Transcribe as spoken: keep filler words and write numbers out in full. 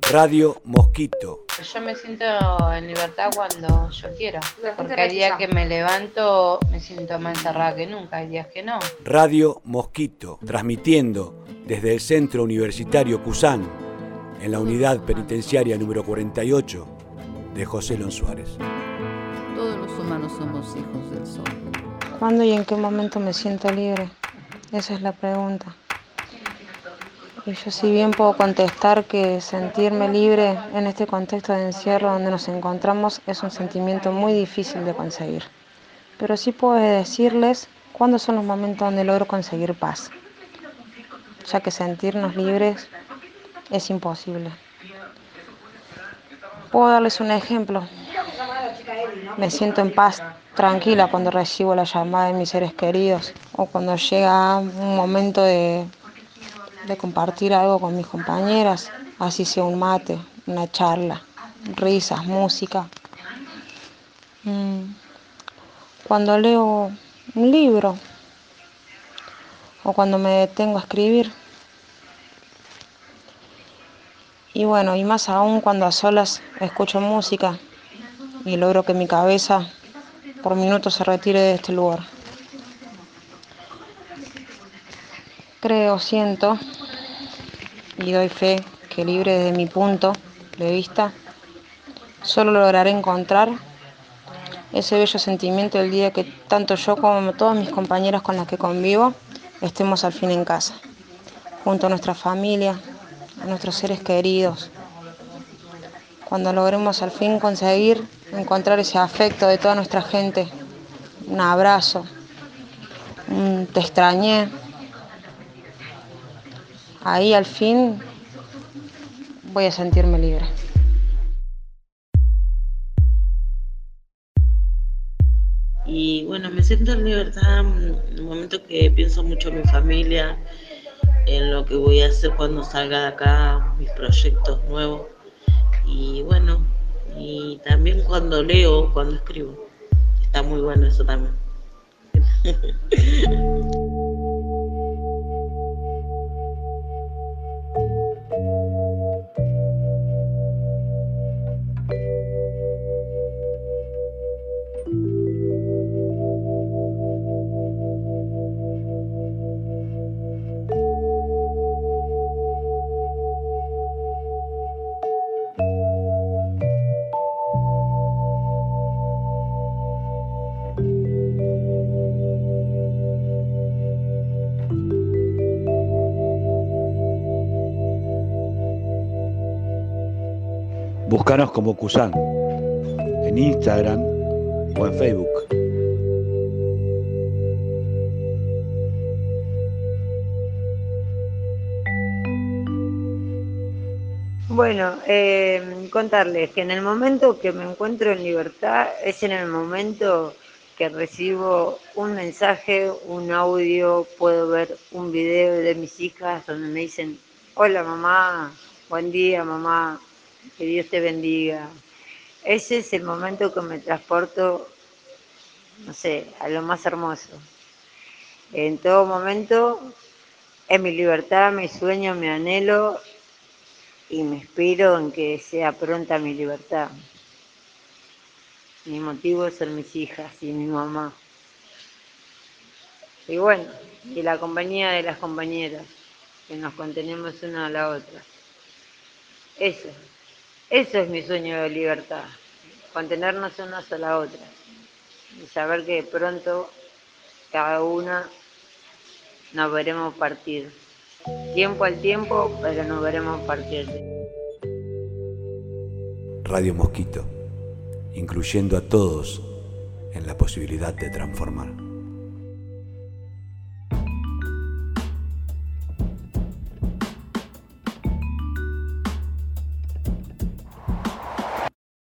Radio Mosquito. Yo me siento en libertad cuando yo quiero, porque hay días que me levanto, me siento más encerrada que nunca, hay días que no. Radio Mosquito, transmitiendo desde el Centro Universitario Cusán, en la unidad penitenciaria número cuarenta y ocho de José Lon Suárez. Todos los humanos somos hijos del sol. ¿Cuándo y en qué momento me siento libre? Esa es la pregunta. Y yo si bien puedo contestar que sentirme libre en este contexto de encierro donde nos encontramos es un sentimiento muy difícil de conseguir. Pero sí puedo decirles cuándo son los momentos donde logro conseguir paz, ya que sentirnos libres es imposible. Puedo darles un ejemplo. Me siento en paz, tranquila cuando recibo la llamada de mis seres queridos o cuando llega un momento de, de compartir algo con mis compañeras, así sea un mate, una charla, risas, música. Cuando leo un libro o cuando me detengo a escribir. Y bueno, y más aún cuando a solas escucho música y logro que mi cabeza por minutos se retire de este lugar. Creo, siento y doy fe que libre desde mi punto de vista, solo lograré encontrar ese bello sentimiento el día que tanto yo como todas mis compañeras con las que convivo estemos al fin en casa, junto a nuestra familia, a nuestros seres queridos. Cuando logremos al fin conseguir encontrar ese afecto de toda nuestra gente, un abrazo, un te extrañé, ahí al fin voy a sentirme libre. Y bueno, me siento en libertad en el momento que pienso mucho en mi familia, en lo que voy a hacer cuando salga de acá, mis proyectos nuevos. Y bueno, y también cuando leo, cuando escribo. Está muy bueno eso también. Búscanos como Cusán, en Instagram o en Facebook. Bueno, eh, contarles que en el momento que me encuentro en libertad es en el momento que recibo un mensaje, un audio, puedo ver un video de mis hijas donde me dicen: hola mamá, buen día mamá, que Dios te bendiga. Ese es el momento que me transporto, no sé, a lo más hermoso. En todo momento, en mi libertad, mi sueño, mi anhelo, y me inspiro en que sea pronta mi libertad. Mi motivo son mis hijas y mi mamá. Y bueno, y la compañía de las compañeras, que nos contenemos una a la otra. Eso, eso es mi sueño de libertad, contenernos unas a la otra. Y saber que pronto cada una nos veremos partir. Tiempo al tiempo, pero nos veremos partir. Radio Mosquito, incluyendo a todos en la posibilidad de transformar.